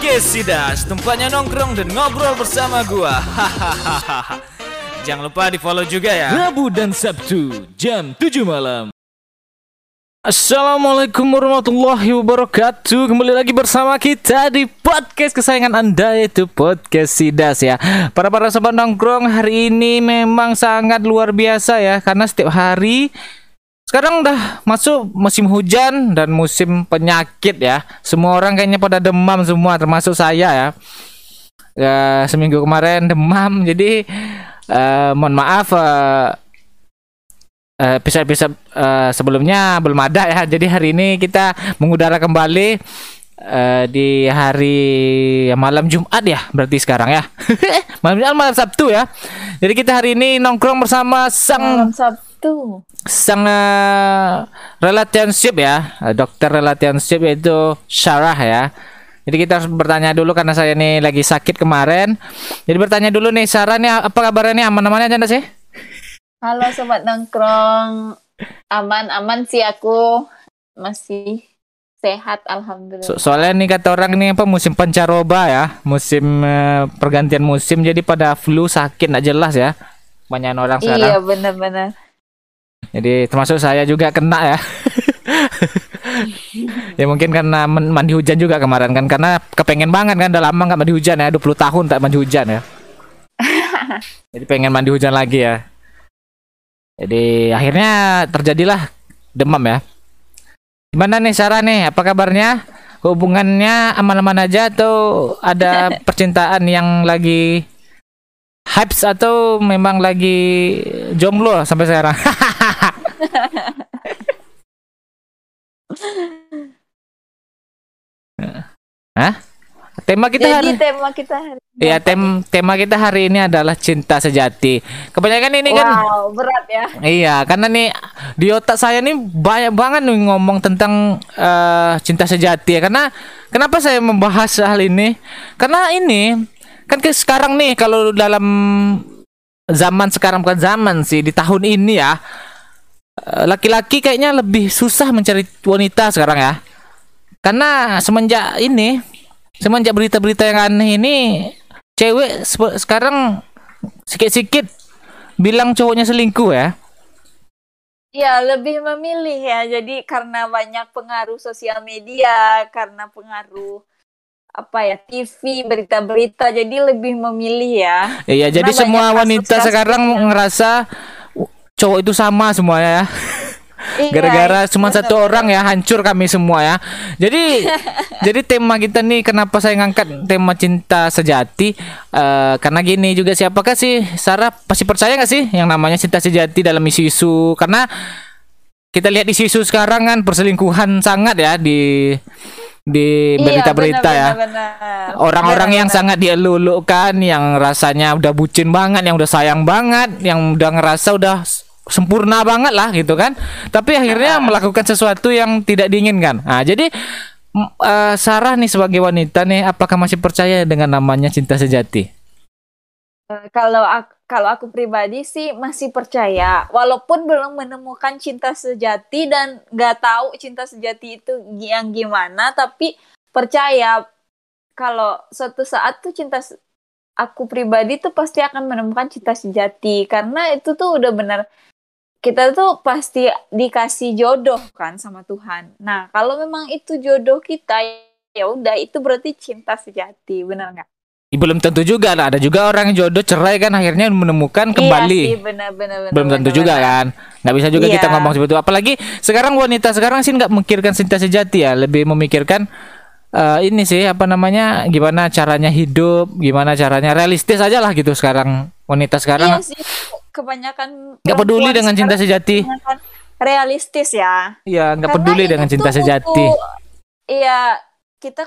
Podcast Sidas, tempatnya nongkrong dan ngobrol bersama gua. Hahaha. Jangan lupa di follow juga ya. Rabu dan Sabtu jam 7 malam. Assalamualaikum warahmatullahi wabarakatuh. Kembali lagi bersama kita di podcast kesayangan Anda, yaitu Podcast Sidas ya. Para sobat nongkrong, hari ini memang sangat luar biasa ya, karena setiap hari sekarang udah masuk musim hujan dan musim penyakit ya. Semua orang kayaknya pada demam semua, termasuk saya ya. Seminggu kemarin demam, jadi mohon maaf, episode sebelumnya belum ada ya. Jadi hari ini kita mengudara kembali di hari malam Jumat ya, berarti sekarang ya. malam Sabtu ya. Jadi kita hari ini nongkrong bersama sang relationship ya, dokter relationship, yaitu Sarah ya. Jadi kita harus bertanya dulu karena saya ini lagi sakit kemarin. Jadi bertanya dulu nih, Sarah nih apa kabarnya nih, aman-aman aja sih? Halo sobat nongkrong, aman-aman sih, aku masih sehat alhamdulillah. Soalnya nih kata orang nih apa, musim pancaroba ya, musim pergantian musim, jadi pada flu, sakit nggak jelas ya, banyak orang sekarang. Iya benar-benar. Jadi termasuk saya juga kena ya. Ya mungkin karena mandi hujan juga kemarin kan, karena kepengen banget kan, udah lama nggak mandi hujan ya, 20 tahun tak mandi hujan ya. Jadi pengen mandi hujan lagi ya. Jadi akhirnya terjadilah demam ya. Gimana nih Sarah nih, apa kabarnya? Hubungannya aman-aman aja atau ada percintaan yang lagi hype atau memang lagi jomblo sampai sekarang? Hah? Tema kita hari ini. Ya, tema kita hari ini adalah cinta sejati. Kebanyakan ini kan berat ya. Iya, karena nih di otak saya nih banyak banget nih ngomong tentang cinta sejati ya. Karena kenapa saya membahas hal ini? Karena ini kan sekarang nih, kalau dalam zaman sekarang, bukan zaman sih, di tahun ini ya, laki-laki kayaknya lebih susah mencari wanita sekarang ya. Karena semenjak berita-berita yang aneh ini, cewek sekarang sikit-sikit bilang cowoknya selingkuh ya. Ya, lebih memilih ya. Jadi karena banyak pengaruh sosial media, karena pengaruh TV, berita-berita, jadi lebih memilih ya. Iya, jadi semua wanita sekarang ngerasa cowok itu sama semuanya ya. Iya, gara-gara cuma satu orang ya, hancur kami semua ya. Jadi tema kita nih, kenapa saya ngangkat tema cinta sejati, karena gini juga, siapakah sih, Sarah pasti percaya nggak sih yang namanya cinta sejati dalam isu-isu? Karena kita lihat isu-isu sekarang kan perselingkuhan sangat ya di berita-berita ya. Orang-orang yang sangat dielulukan, yang rasanya udah bucin banget, yang udah sayang banget, yang udah ngerasa udah sempurna banget lah gitu kan, tapi akhirnya melakukan sesuatu yang tidak diinginkan. Nah, jadi Sarah nih sebagai wanita nih, apakah masih percaya dengan namanya cinta sejati? Kalau aku pribadi sih masih percaya, walaupun belum menemukan cinta sejati dan nggak tahu cinta sejati itu yang gimana, tapi percaya kalau suatu saat tuh aku pribadi tuh pasti akan menemukan cinta sejati, karena itu tuh udah benar, kita tuh pasti dikasih jodoh kan sama Tuhan. Nah, kalau memang itu jodoh kita, ya udah, itu berarti cinta sejati, benar nggak? Belum tentu juga lah, ada juga orang yang jodoh cerai kan, akhirnya menemukan kembali. Iya sih, benar. Belum tentu juga kan, nggak bisa juga kita ngomong seperti itu. Apalagi sekarang wanita sekarang sih nggak memikirkan cinta sejati ya, lebih memikirkan ini sih gimana caranya hidup, gimana caranya realistis aja lah gitu sekarang, wanita sekarang. Iya sih, kebanyakan nggak peduli dengan cinta sejati, realistis ya. Iya, nggak peduli dengan cinta sejati. Iya, kita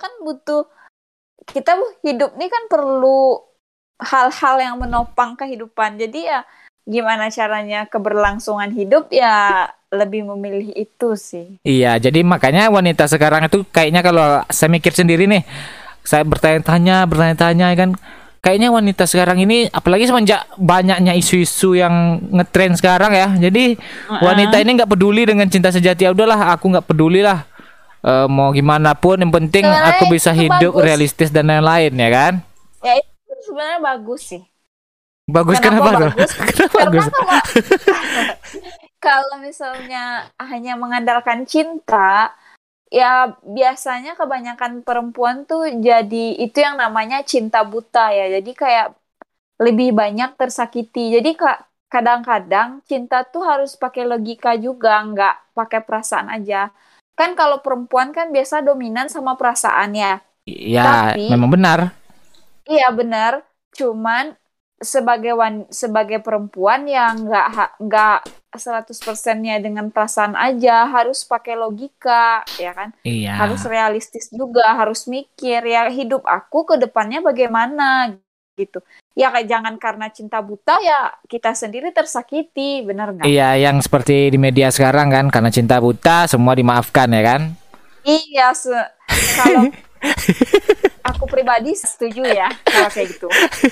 hidup nih kan perlu hal-hal yang menopang kehidupan. Jadi ya gimana caranya keberlangsungan hidup, ya lebih memilih itu sih. Iya, jadi makanya wanita sekarang itu kayaknya, kalau saya mikir sendiri nih, saya bertanya-tanya kan, kayaknya wanita sekarang ini, apalagi semenjak banyaknya isu-isu yang ngetren sekarang ya, jadi wanita ini nggak peduli dengan cinta sejati. Ya udahlah, aku nggak peduli lah mau gimana pun yang penting Sebenarnya aku bisa itu hidup bagus. realistis dan lain-lain ya kan. Ya itu sebenarnya bagus sih. Bagus Kenapa kenapa tuh? bagus? Kenapa Karena bagus? kalau misalnya hanya mengandalkan cinta, ya biasanya kebanyakan perempuan tuh jadi itu yang namanya cinta buta ya. Jadi kayak lebih banyak tersakiti. Jadi kadang-kadang cinta tuh harus pakai logika juga, nggak pakai perasaan aja. Kan kalau perempuan kan biasa dominan sama perasaan ya. Ya, Tapi memang benar. iya benar, cuman sebagai perempuan yang nggak 100%-nya dengan perasaan aja, harus pakai logika, ya kan? Iya. Harus realistis juga, harus mikir ya hidup aku ke depannya bagaimana gitu. Ya jangan karena cinta buta ya kita sendiri tersakiti, benar nggak? Iya, yang seperti di media sekarang kan, karena cinta buta semua dimaafkan ya kan? Iya, kalau aku pribadi setuju ya kalau kayak gitu.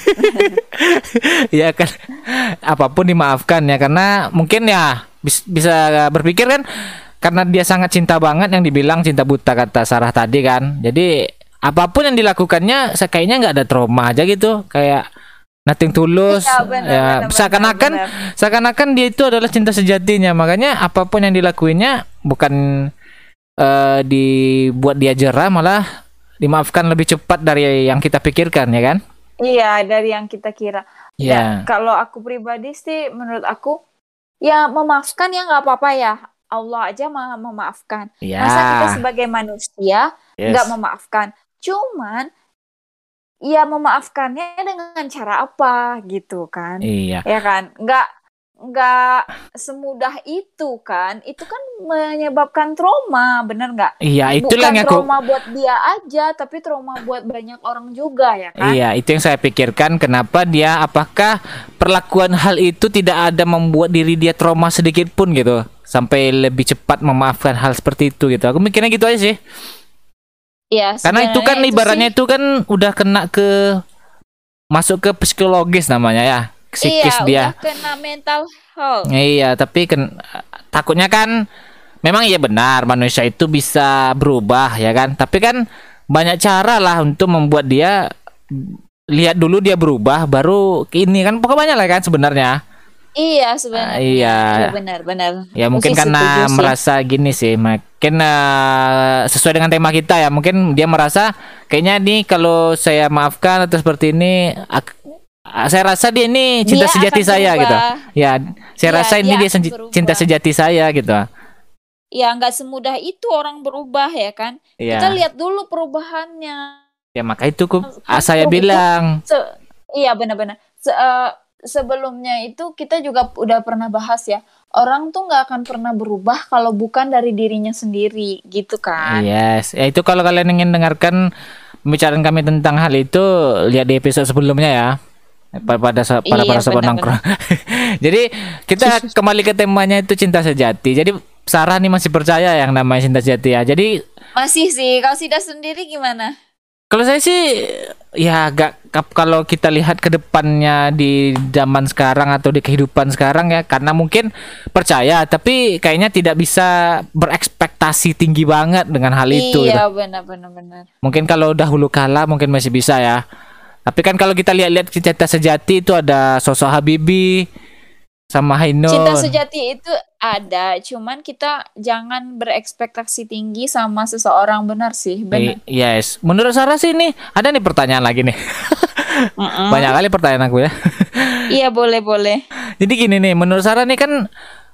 Iya kan, apapun dimaafkan ya karena mungkin ya bisa berpikir kan karena dia sangat cinta banget yang dibilang cinta buta kata Sarah tadi kan. Jadi apapun yang dilakukannya kayaknya nggak ada trauma aja gitu, kayak nothing tulus. Iya, benar, Ya benar, seakan-akan benar. seakan-akan dia itu adalah cinta sejatinya. Makanya apapun yang dilakuinnya bukan dibuat dia jerah, malah dimaafkan lebih cepat dari yang kita pikirkan ya kan? Iya, dari yang kita kira. Iya. Kalau aku pribadi sih, menurut aku, ya memaafkan ya nggak apa-apa ya. Allah aja maha memaafkan. Iya. Masa kita sebagai manusia Yes. nggak memaafkan? Cuman, ya memaafkannya dengan cara apa gitu kan? Iya. Ya kan? Nggak semudah itu kan? Itu kan menyebabkan trauma, bener nggak? Iya, itulah Bukan yang aku trauma buat dia aja, tapi trauma buat banyak orang juga ya kan? Iya, itu yang saya pikirkan kenapa dia apakah perlakuan hal itu tidak ada membuat diri dia trauma sedikit pun gitu sampai lebih cepat memaafkan hal seperti itu gitu. Aku mikirnya gitu aja sih. Iya, Karena itu kan sebenarnya ibaratnya sih, itu kan udah kena ke masuk ke psikologis namanya ya, psikis iya, dia. udah kena mental health. Iya, tapi takutnya kan memang iya benar manusia itu bisa berubah ya kan. Tapi kan banyak cara lah untuk membuat dia lihat dulu dia berubah baru ini kan pokoknya banyak lah kan sebenarnya. Iya, sebenarnya. Iya. Iya, benar-benar. Ya Aku mungkin sih setuju karena sih. merasa gini sih, mungkin sesuai dengan tema kita ya. Mungkin dia merasa kayaknya nih kalau saya maafkan atau seperti ini, saya rasa dia ini cinta Dia sejati akan saya berubah. gitu. Ya, saya Iya, rasa ini dia dia akan berubah. cinta sejati saya gitu. Ya, nggak semudah itu orang berubah ya kan? Iya. Kita lihat dulu perubahannya. Ya maka itu Kan saya itu bilang. iya benar-benar. Sebelumnya itu kita juga udah pernah bahas ya. Orang tuh nggak akan pernah berubah kalau bukan dari dirinya sendiri, gitu kan? Yes, ya itu kalau kalian ingin dengarkan pembicaraan kami tentang hal itu, lihat di episode sebelumnya ya. Pada Iya, para sobat benar-benar. nongkrong. Jadi kita kembali ke temanya itu cinta sejati. Jadi Sarah nih masih percaya yang namanya cinta sejati ya. Jadi Masih sih. Kalau Sida sendiri gimana? kalau saya sih ya kalau kita lihat ke depannya di zaman sekarang atau di kehidupan sekarang ya, karena mungkin percaya tapi kayaknya tidak bisa berekspektasi tinggi banget dengan hal itu gitu. Iya, benar-benar. Mungkin kalau dahulu kala mungkin masih bisa ya. Tapi kan kalau kita lihat-lihat cinta sejati itu ada sosok Habibie sama Ainun. Cinta sejati itu ada, cuman kita jangan berekspektasi tinggi sama seseorang, benar sih, benar. Yes. Menurut Sarah sih nih ada nih pertanyaan lagi nih. Banyak kali pertanyaan aku ya. Iya, boleh. Jadi gini nih, menurut Sarah nih kan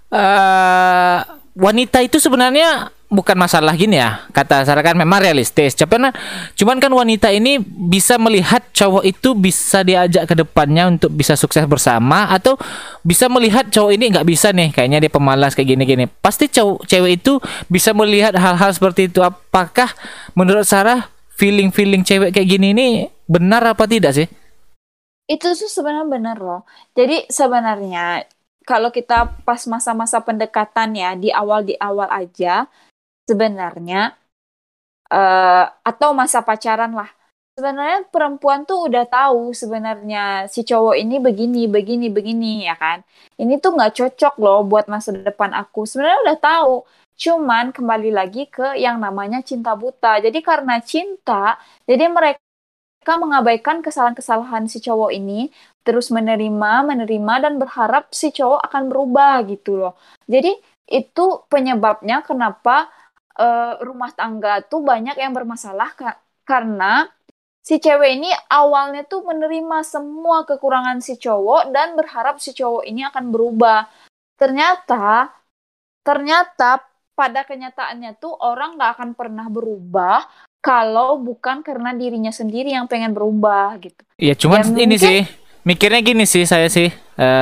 wanita itu sebenarnya bukan masalah gini ya. Kata Sarah kan memang realistis. Cuman kan wanita ini bisa melihat cowok itu bisa diajak ke depannya untuk bisa sukses bersama, atau bisa melihat cowok ini nggak bisa nih, kayaknya dia pemalas kayak gini-gini. Pasti cewek itu bisa melihat hal-hal seperti itu. Apakah menurut Sarah feeling cewek kayak gini ini benar apa tidak sih? Itu tuh sebenarnya benar loh. Jadi sebenarnya kalau kita pas masa-masa pendekatan ya, di awal aja, sebenarnya atau masa pacaran lah. Sebenarnya perempuan tuh udah tahu sebenarnya si cowok ini begini ya kan. Ini tuh nggak cocok loh buat masa depan aku. Sebenarnya udah tahu. Cuman kembali lagi ke yang namanya cinta buta. Jadi karena cinta, jadi mereka mengabaikan kesalahan-kesalahan si cowok ini, terus menerima dan berharap si cowok akan berubah gitu loh. Jadi itu penyebabnya kenapa rumah tangga tuh banyak yang bermasalah, karena si cewek ini awalnya tuh menerima semua kekurangan si cowok dan berharap si cowok ini akan berubah. Ternyata pada kenyataannya tuh orang nggak akan pernah berubah kalau bukan karena dirinya sendiri yang pengen berubah gitu. Iya, cuman Ya, ini mungkin- sih mikirnya gini sih saya sih.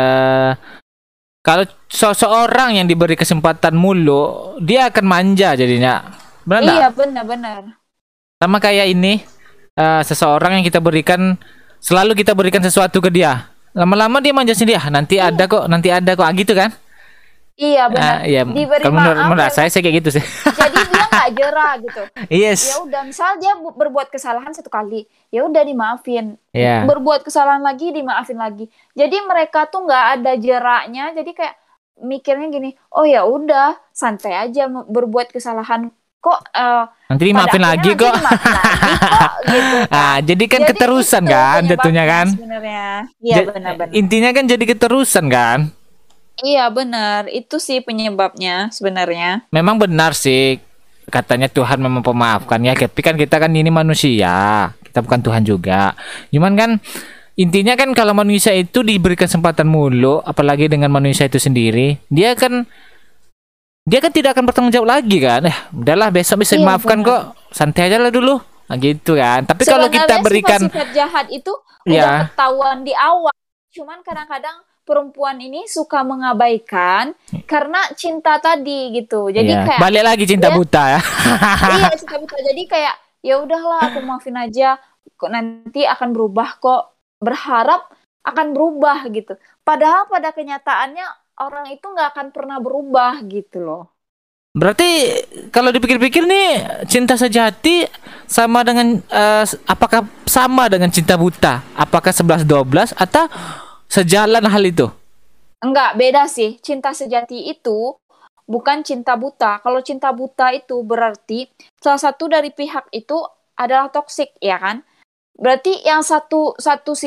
Kalau seseorang yang diberi kesempatan mulu, dia akan manja jadinya. Benar nggak? Iya, benar-benar. Sama kayak ini, seseorang yang selalu kita berikan sesuatu ke dia. Lama-lama dia manja sendiri. Nanti ada kok, gitu kan? Iya, benar. Iya. Diberi Kalau menurut maaf, saya kayak gitu sih. jadi dia nggak jerah gitu. Yes. Ya udah, misal dia berbuat kesalahan satu kali, ya udah dimaafin. Iya. Berbuat kesalahan lagi, dimaafin lagi. Jadi mereka tuh nggak ada jeraknya. Jadi kayak mikirnya gini, oh ya udah, santai aja berbuat kesalahan kok. Nanti dimaafin pada lagi akhirnya kok. nanti dimaafin lagi kok, gitu kan. Ah, jadi kan Jadi keterusan itu kan jatuhnya penyebabnya kan? sebenarnya. Iya, benar-benar. Intinya kan jadi keterusan kan? Iya, benar. Itu sih penyebabnya sebenarnya. Memang benar sih, katanya Tuhan memang pemaafkan ya, tapi kan kita kan ini manusia, kita bukan Tuhan juga. Cuman kan intinya kan kalau manusia itu diberi kesempatan mulu, apalagi dengan manusia itu sendiri, dia kan tidak akan bertanggung jawab lagi kan. Udahlah, besok bisa Iya, dimaafkan benar. kok, santai aja lah dulu. Nah, gitu kan. Tapi kalau kita Sebenarnya berikan, sifat-sifat jahat itu Iya. udah ketahuan di awal. Cuman kadang-kadang perempuan ini suka mengabaikan karena cinta tadi gitu. Jadi Iya, kayak balik lagi cinta dia- buta ya. iya, cinta buta. Jadi kayak ya udahlah, aku maafin aja. Kok nanti akan berubah kok. Berharap akan berubah gitu. Padahal pada kenyataannya orang itu nggak akan pernah berubah gitu loh. Berarti kalau dipikir-pikir nih, cinta sejati sama dengan apakah sama dengan cinta buta? Apakah 11-12 atau sejalan hal itu? Enggak, beda sih. Cinta sejati itu bukan cinta buta. Kalau cinta buta itu berarti salah satu dari pihak itu adalah toksik, ya kan? Berarti yang satu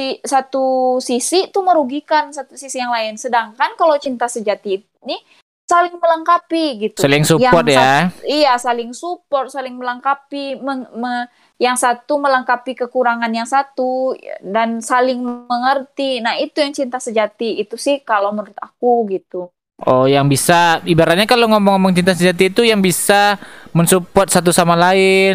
sisi itu merugikan satu sisi yang lain. Sedangkan kalau cinta sejati ini saling melengkapi gitu. Saling support ya. Iya, saling support, saling melengkapi. Yang satu melengkapi kekurangan yang satu dan saling mengerti. Nah, itu yang cinta sejati. Itu sih kalau menurut aku gitu. Oh, yang bisa ibaratnya kalau ngomong-ngomong cinta sejati itu yang bisa mensupport satu sama lain,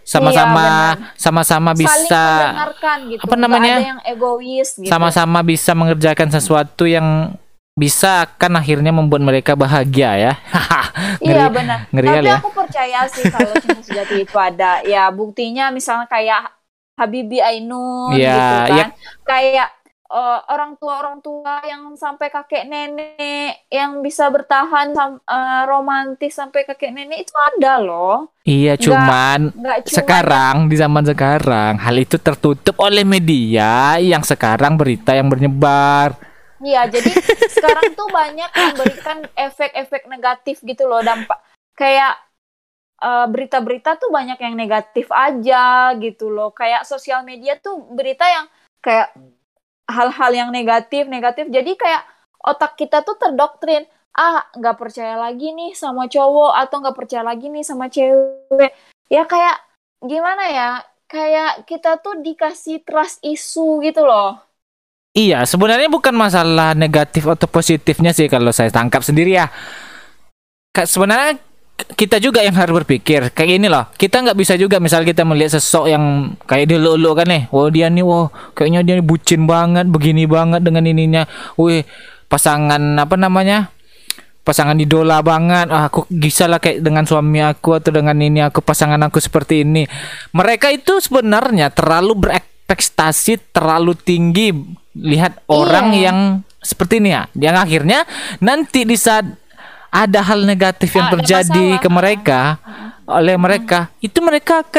sama-sama Saling bisa mendengarkan gitu. apa namanya? Nggak ada yang egois gitu. sama-sama bisa mengerjakan sesuatu yang bisa akan akhirnya membuat mereka bahagia ya. Iya, benar. ngeri Tapi kali ya. aku percaya sih kalau cinta sejati itu ada. Ya, buktinya misalnya kayak Habibie Ainun Iya, gitu kan. iya. Kayak orang tua yang sampai kakek nenek yang bisa bertahan romantis sampai kakek nenek itu ada loh. Iya, cuman Nggak cuma sekarang di zaman sekarang hal itu tertutup oleh media yang sekarang berita yang bernyebar. Iya, jadi sekarang tuh banyak memberikan efek-efek negatif gitu loh, dampak kayak berita-berita tuh banyak yang negatif aja gitu loh. Kayak sosial media tuh berita yang kayak hal-hal yang negatif. Jadi kayak otak kita tuh terdoktrin, nggak percaya lagi nih sama cowok atau nggak percaya lagi nih sama cewek. Ya kayak gimana ya? Kayak kita tuh dikasih trust issue gitu loh. Iya, sebenarnya bukan masalah negatif atau positifnya sih kalau saya tangkap sendiri ya. Sebenarnya kita juga yang harus berpikir kayak gini loh. Kita nggak bisa juga misal kita melihat sosok yang kayak dia lu kan nih. Wah, dia nih, kayaknya dia bucin banget, begini banget dengan ininya. Wih, pasangan apa namanya? Pasangan idola banget. Aku bisa lah kayak dengan suami aku atau dengan ini aku pasangan aku seperti ini. Mereka itu sebenarnya terlalu berekspektasi terlalu tinggi lihat orang yang seperti ini ya. Yang akhirnya nanti di saat ada hal negatif yang Ada terjadi masalah. ke mereka oleh mereka, itu mereka akan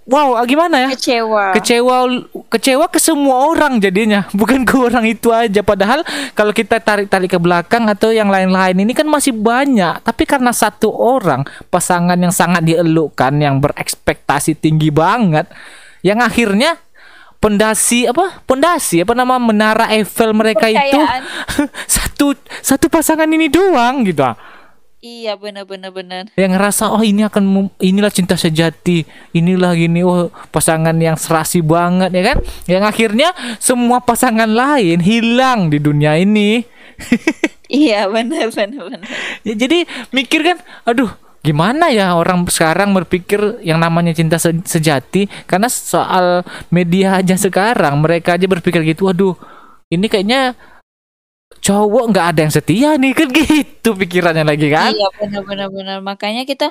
wow, gimana ya? Kecewa. Kecewa ke semua orang jadinya, bukan ke orang itu aja. Padahal kalau kita tarik-tarik ke belakang atau yang lain-lain ini kan masih banyak, tapi karena satu orang pasangan yang sangat dielukkan, yang berekspektasi tinggi banget, yang akhirnya pondasi apa nama menara Eiffel mereka itu Kepercayaan. satu pasangan ini doang gitu. Iya, benar. Yang ngerasa inilah cinta sejati, inilah gini, oh pasangan yang serasi banget ya kan, yang akhirnya semua pasangan lain hilang di dunia ini. Iya, benar. Ya, jadi mikir kan, aduh gimana ya orang sekarang berpikir yang namanya cinta sejati, karena soal media aja sekarang mereka aja berpikir gitu, aduh ini kayaknya cowok nggak ada yang setia nih kan, gitu pikirannya lagi kan. Iya, benar. Makanya kita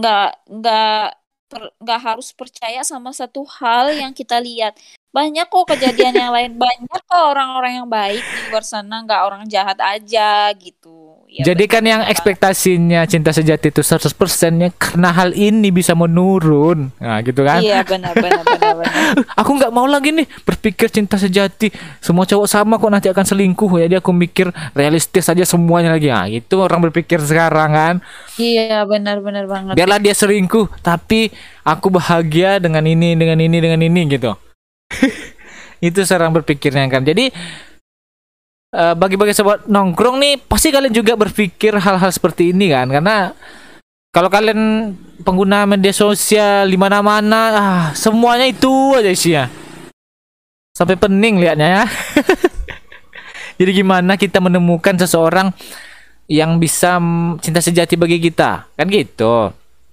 nggak harus percaya sama satu hal yang kita lihat. Banyak kok kejadian yang lain, banyak kok orang-orang yang baik di luar sana, nggak orang jahat aja gitu. Ya, Jadi kan yang benar. ekspektasinya cinta sejati itu 100% ya, karena hal ini bisa menurun. Nah, gitu kan. Iya, benar. Aku nggak mau lagi nih berpikir cinta sejati. Semua cowok sama kok, nanti akan selingkuh. Jadi aku mikir realistis aja semuanya lagi. Nah, itu orang berpikir sekarang kan. Iya, benar banget. Biarlah dia selingkuh, tapi aku bahagia dengan ini gitu. Itu sekarang berpikirnya kan. Jadi bagi-bagi sobat nongkrong nih, pasti kalian juga berpikir hal-hal seperti ini kan, karena kalau kalian pengguna media sosial di mana-mana, semuanya itu aja isinya, sampai pening liatnya ya. Jadi gimana kita menemukan seseorang yang bisa cinta sejati bagi kita, kan gitu.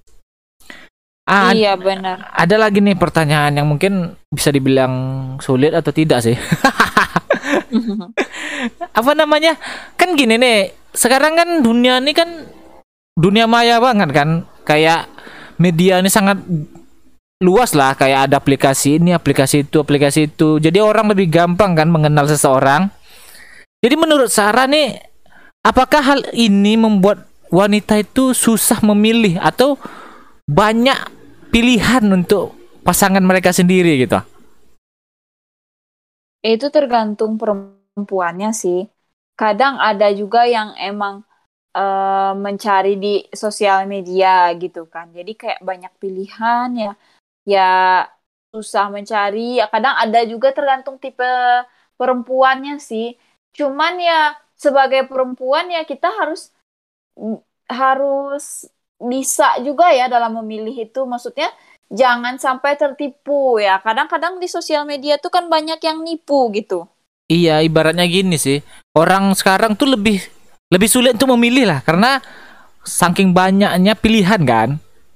Iya, benar. Ada lagi nih pertanyaan yang mungkin bisa dibilang sulit atau tidak sih. Apa namanya, kan gini nih, sekarang kan dunia ini kan dunia maya banget kan, kayak media ini sangat luas lah, kayak ada aplikasi ini, aplikasi itu, jadi orang lebih gampang kan mengenal seseorang. Jadi menurut Sarah nih, apakah hal ini membuat wanita itu susah memilih atau banyak pilihan untuk pasangan mereka sendiri gitu? Itu tergantung perempuannya sih. Kadang ada juga yang emang mencari di sosial media gitu kan. Jadi kayak banyak pilihan ya. Ya susah mencari. Ya kadang ada juga tergantung tipe perempuannya sih. Cuman ya sebagai perempuan ya kita harus bisa juga ya dalam memilih itu. Maksudnya jangan sampai tertipu ya. Kadang-kadang di sosial media tuh kan banyak yang nipu gitu. Iya, ibaratnya gini sih, orang sekarang tuh lebih sulit untuk memilih lah, karena saking banyaknya pilihan kan.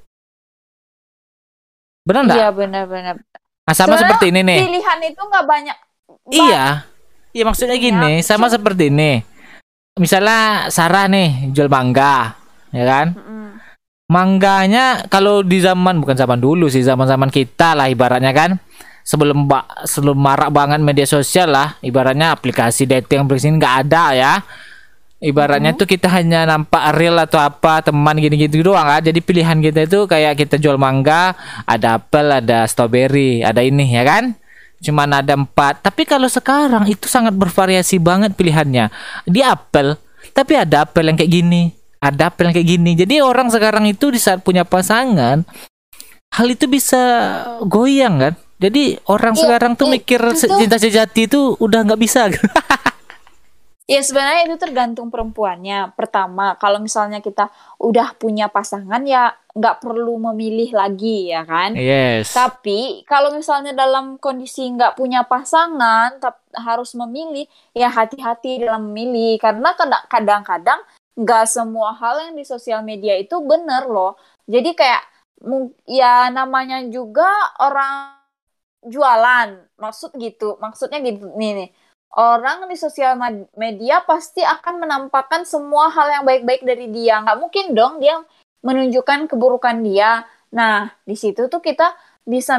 Benar nggak? Iya, benar. Nah, sama Sebenarnya seperti ini nih. pilihan itu nggak banyak. Iya, iya maksudnya gini, sama seperti ini. Misalnya Sarah nih jual mangga, ya kan? Mangganya kalau di bukan zaman dulu sih, zaman kita lah ibaratnya kan. Sebelum marak banget media sosial lah, ibaratnya aplikasi dating yang nggak ada ya. Ibaratnya tuh kita hanya nampak real atau apa teman gini-gitu doang kan. Jadi pilihan kita itu kayak kita jual mangga, ada apel, ada strawberry, ada ini ya kan. Cuman ada 4. Tapi kalau sekarang itu sangat bervariasi banget pilihannya. Di apel, tapi ada apel yang kayak gini, ada apel yang kayak gini. Jadi orang sekarang itu di saat punya pasangan, hal itu bisa goyang kan. Jadi orang sekarang tuh mikir cinta sejati itu udah nggak bisa. Ya sebenarnya itu tergantung perempuannya. Pertama, kalau misalnya kita udah punya pasangan ya nggak perlu memilih lagi ya kan. Yes. Tapi kalau misalnya dalam kondisi nggak punya pasangan, harus memilih, ya hati-hati dalam memilih. Karena kadang-kadang nggak semua hal yang di sosial media itu bener loh. Jadi kayak ya namanya juga orang jualan, maksudnya gitu nih. Orang di sosial media pasti akan menampakkan semua hal yang baik-baik dari dia. Nggak mungkin dong dia menunjukkan keburukan dia. Nah, di situ tuh kita bisa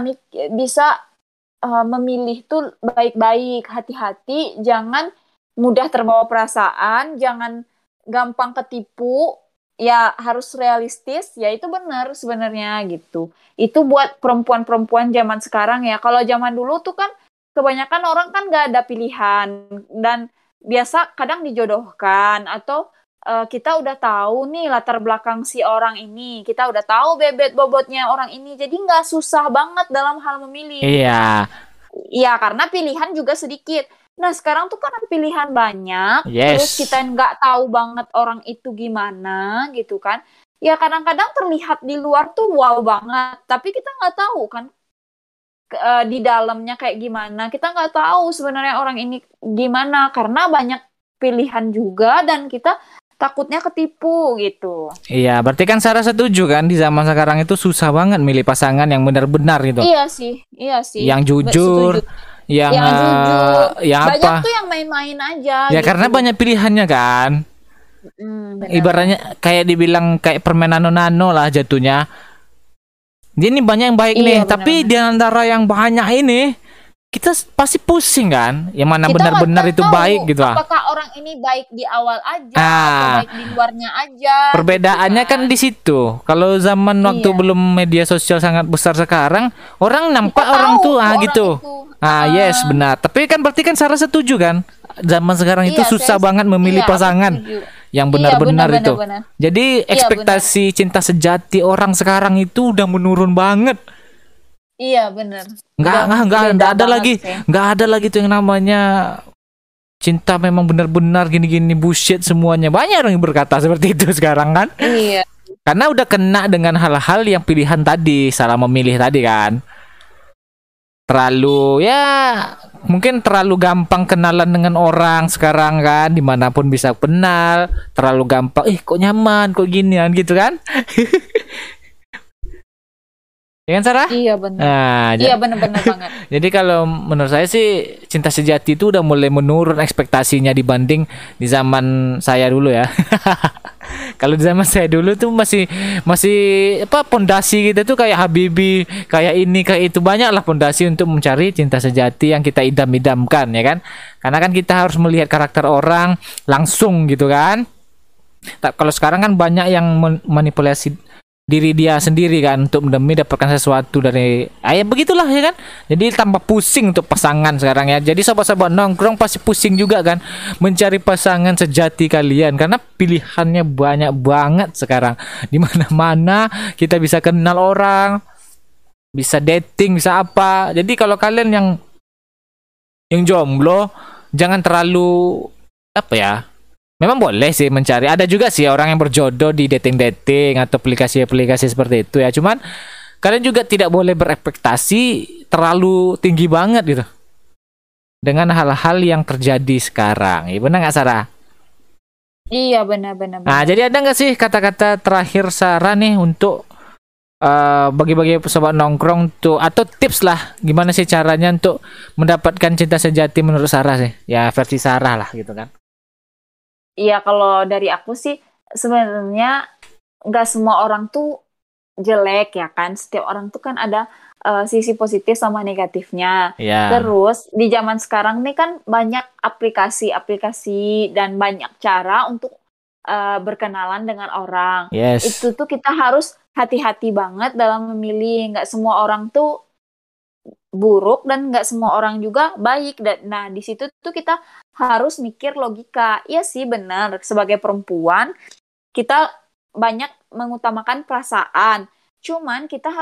memilih tuh baik-baik, hati-hati, jangan mudah terbawa perasaan, jangan gampang ketipu. ya harus realistis, ya itu benar sebenarnya gitu. Itu buat perempuan-perempuan zaman sekarang ya. Kalau zaman dulu tuh kan kebanyakan orang kan nggak ada pilihan dan biasa kadang dijodohkan atau kita udah tahu nih latar belakang si orang ini, kita udah tahu bebet bobotnya orang ini, jadi nggak susah banget dalam hal memilih. Iya. Iya, karena pilihan juga sedikit. Nah, sekarang tuh kan pilihan banyak, Yes. terus kita nggak tahu banget orang itu gimana gitu kan. Ya kadang-kadang terlihat di luar tuh wow banget, tapi kita nggak tahu kan di dalamnya kayak gimana. Kita nggak tahu sebenarnya orang ini gimana, karena banyak pilihan juga dan kita takutnya ketipu gitu. Iya, berarti kan Sarah setuju kan di zaman sekarang itu susah banget milih pasangan yang benar-benar gitu. Iya sih. Yang jujur, Setuju. yang Yang jujur. yang Banyak apa? tuh yang main-main aja. Ya gitu. karena banyak pilihannya kan. Benar. Ibaratnya kayak dibilang kayak permen nano-nano lah jatuhnya. Dia ini banyak yang baik Iya, nih, benar-benar. tapi di antara yang banyak ini kita pasti pusing kan, yang mana Kita benar-benar nggak itu tahu baik gitu lah. apakah orang ini baik di awal aja Ah. atau baik di luarnya aja. Perbedaannya gitu kan di situ. Kalau zaman waktu Iya. belum media sosial sangat besar sekarang, orang nampak Kita orang tahu tuh orang gitu. itu. Yes, benar. Tapi kan berarti kan Sarah setuju kan? Zaman sekarang itu Iya, susah saya- banget memilih iya, aku pasangan setuju. yang Iya, benar-benar benar, itu. benar. Jadi ekspektasi cinta sejati orang sekarang itu udah menurun banget. Iya benar. Nggak ada lagi. Nggak ada lagi tuh yang namanya cinta memang benar-benar gini-gini bullshit semuanya. Banyak orang yang berkata seperti itu sekarang kan. Iya. Karena udah kena dengan hal-hal yang pilihan tadi, salah memilih tadi kan. Terlalu ya mungkin terlalu gampang kenalan dengan orang sekarang kan, dimanapun bisa kenal, terlalu gampang, kok nyaman, kok ginian gitu kan. Ya kan Sarah? Iya benar. Nah, Iya benar-benar banget. jadi kalau menurut saya sih cinta sejati itu udah mulai menurun ekspektasinya dibanding di zaman saya dulu ya. Kalau di zaman saya dulu tuh masih apa pondasi gitu tuh kayak Habibie, kayak ini kayak itu, banyak lah pondasi untuk mencari cinta sejati yang kita idam-idamkan ya kan. Karena kan kita harus melihat karakter orang langsung gitu kan. Kalau sekarang kan banyak yang manipulasi diri dia sendiri kan untuk demi dapatkan sesuatu dari begitulah ya kan. Jadi tambah pusing untuk pasangan sekarang ya. Jadi sobat-sobat nongkrong pasti pusing juga kan mencari pasangan sejati kalian karena pilihannya banyak banget sekarang. Di mana-mana kita bisa kenal orang, bisa dating, bisa apa. Jadi kalau kalian yang jomblo jangan terlalu apa ya. Memang boleh sih mencari. Ada juga sih orang yang berjodoh di dating-dating atau aplikasi-aplikasi seperti itu ya. Cuman kalian juga tidak boleh berekspektasi terlalu tinggi banget gitu. Dengan hal-hal yang terjadi sekarang. Ya, benar nggak Sarah? Iya benar-benar. Nah, jadi ada nggak sih kata-kata terakhir Sarah nih untuk bagi-bagi sobat nongkrong tuh atau tips lah gimana sih caranya untuk mendapatkan cinta sejati menurut Sarah sih? Ya versi Sarah lah gitu kan. Iya, kalau dari aku sih sebenarnya nggak semua orang tuh jelek ya kan. Setiap orang tuh kan ada sisi positif sama negatifnya. Ya. Terus di zaman sekarang nih kan banyak aplikasi-aplikasi dan banyak cara untuk berkenalan dengan orang. Yes. Itu tuh kita harus hati-hati banget dalam memilih. Nggak semua orang tuh buruk dan nggak semua orang juga baik. Nah, di situ tuh kita harus mikir logika. Iya sih benar, sebagai perempuan kita banyak mengutamakan perasaan. Cuman kita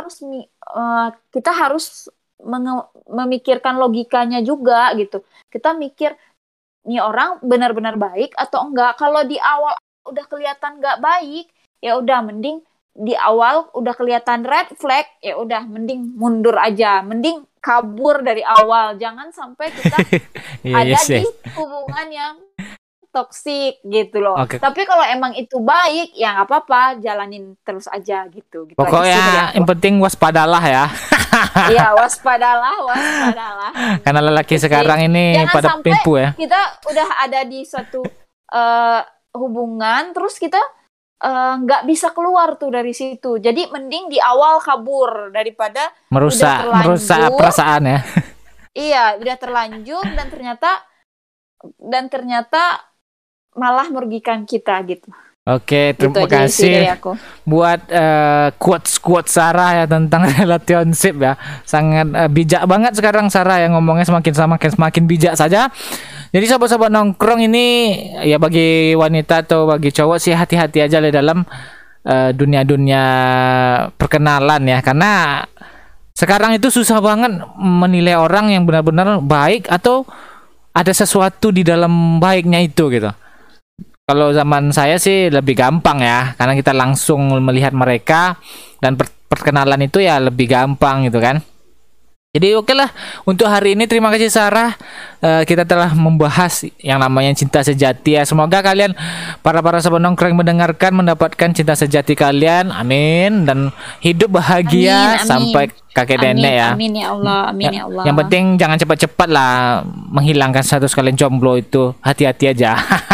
harus memikirkan logikanya juga gitu. Kita mikir nih orang benar-benar baik atau enggak. Kalau di awal udah kelihatan nggak baik, ya udah mending di awal udah kelihatan red flag, ya udah mending mundur aja, mending kabur dari awal. Jangan sampai kita ada di hubungan yang toksik gitu loh. Okay. Tapi kalau emang itu baik, ya nggak apa-apa, jalanin terus aja gitu. Pokoknya yang penting waspadalah ya. Iya, waspadalah. Karena lelaki sekarang ini jangan pada sampai tipu ya. Kita udah ada di suatu hubungan, terus kita nggak bisa keluar tuh dari situ. Jadi mending di awal kabur daripada merusak perasaan ya. Iya, udah terlanjur dan ternyata malah merugikan kita gitu. Oke, Itu terima aja sih dari kasih aku. buat quotes Sarah ya tentang relationship ya. Sangat bijak banget sekarang Sarah yang ngomongnya semakin bijak saja. Jadi sahabat-sahabat nongkrong ini ya bagi wanita atau bagi cowok sih hati-hati aja lah dalam dunia-dunia perkenalan ya, karena sekarang itu susah banget menilai orang yang benar-benar baik atau ada sesuatu di dalam baiknya itu gitu. Kalau zaman saya sih lebih gampang ya, karena kita langsung melihat mereka dan perkenalan itu ya lebih gampang gitu kan. Jadi oke lah untuk hari ini, terima kasih Sarah. Kita telah membahas yang namanya cinta sejati ya. Semoga kalian para sahabat nongkrong yang mendengarkan mendapatkan cinta sejati kalian. Amin, dan hidup bahagia Amin, amin. sampai kakek nenek ya. Amin ya Allah, amin ya Allah. Yang penting jangan cepat-cepat lah menghilangkan status kalian jomblo itu. Hati-hati aja.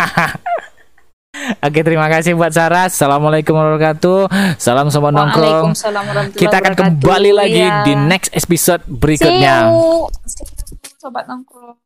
Oke, terima kasih buat Sarah. Assalamualaikum warahmatullahi wabarakatuh. Salam sobat nongkrong. Waalaikumsalam warahmatullahi Kita akan wabarakatuh. kembali lagi Iya. di next episode berikutnya. See you. Sobat nongkrong.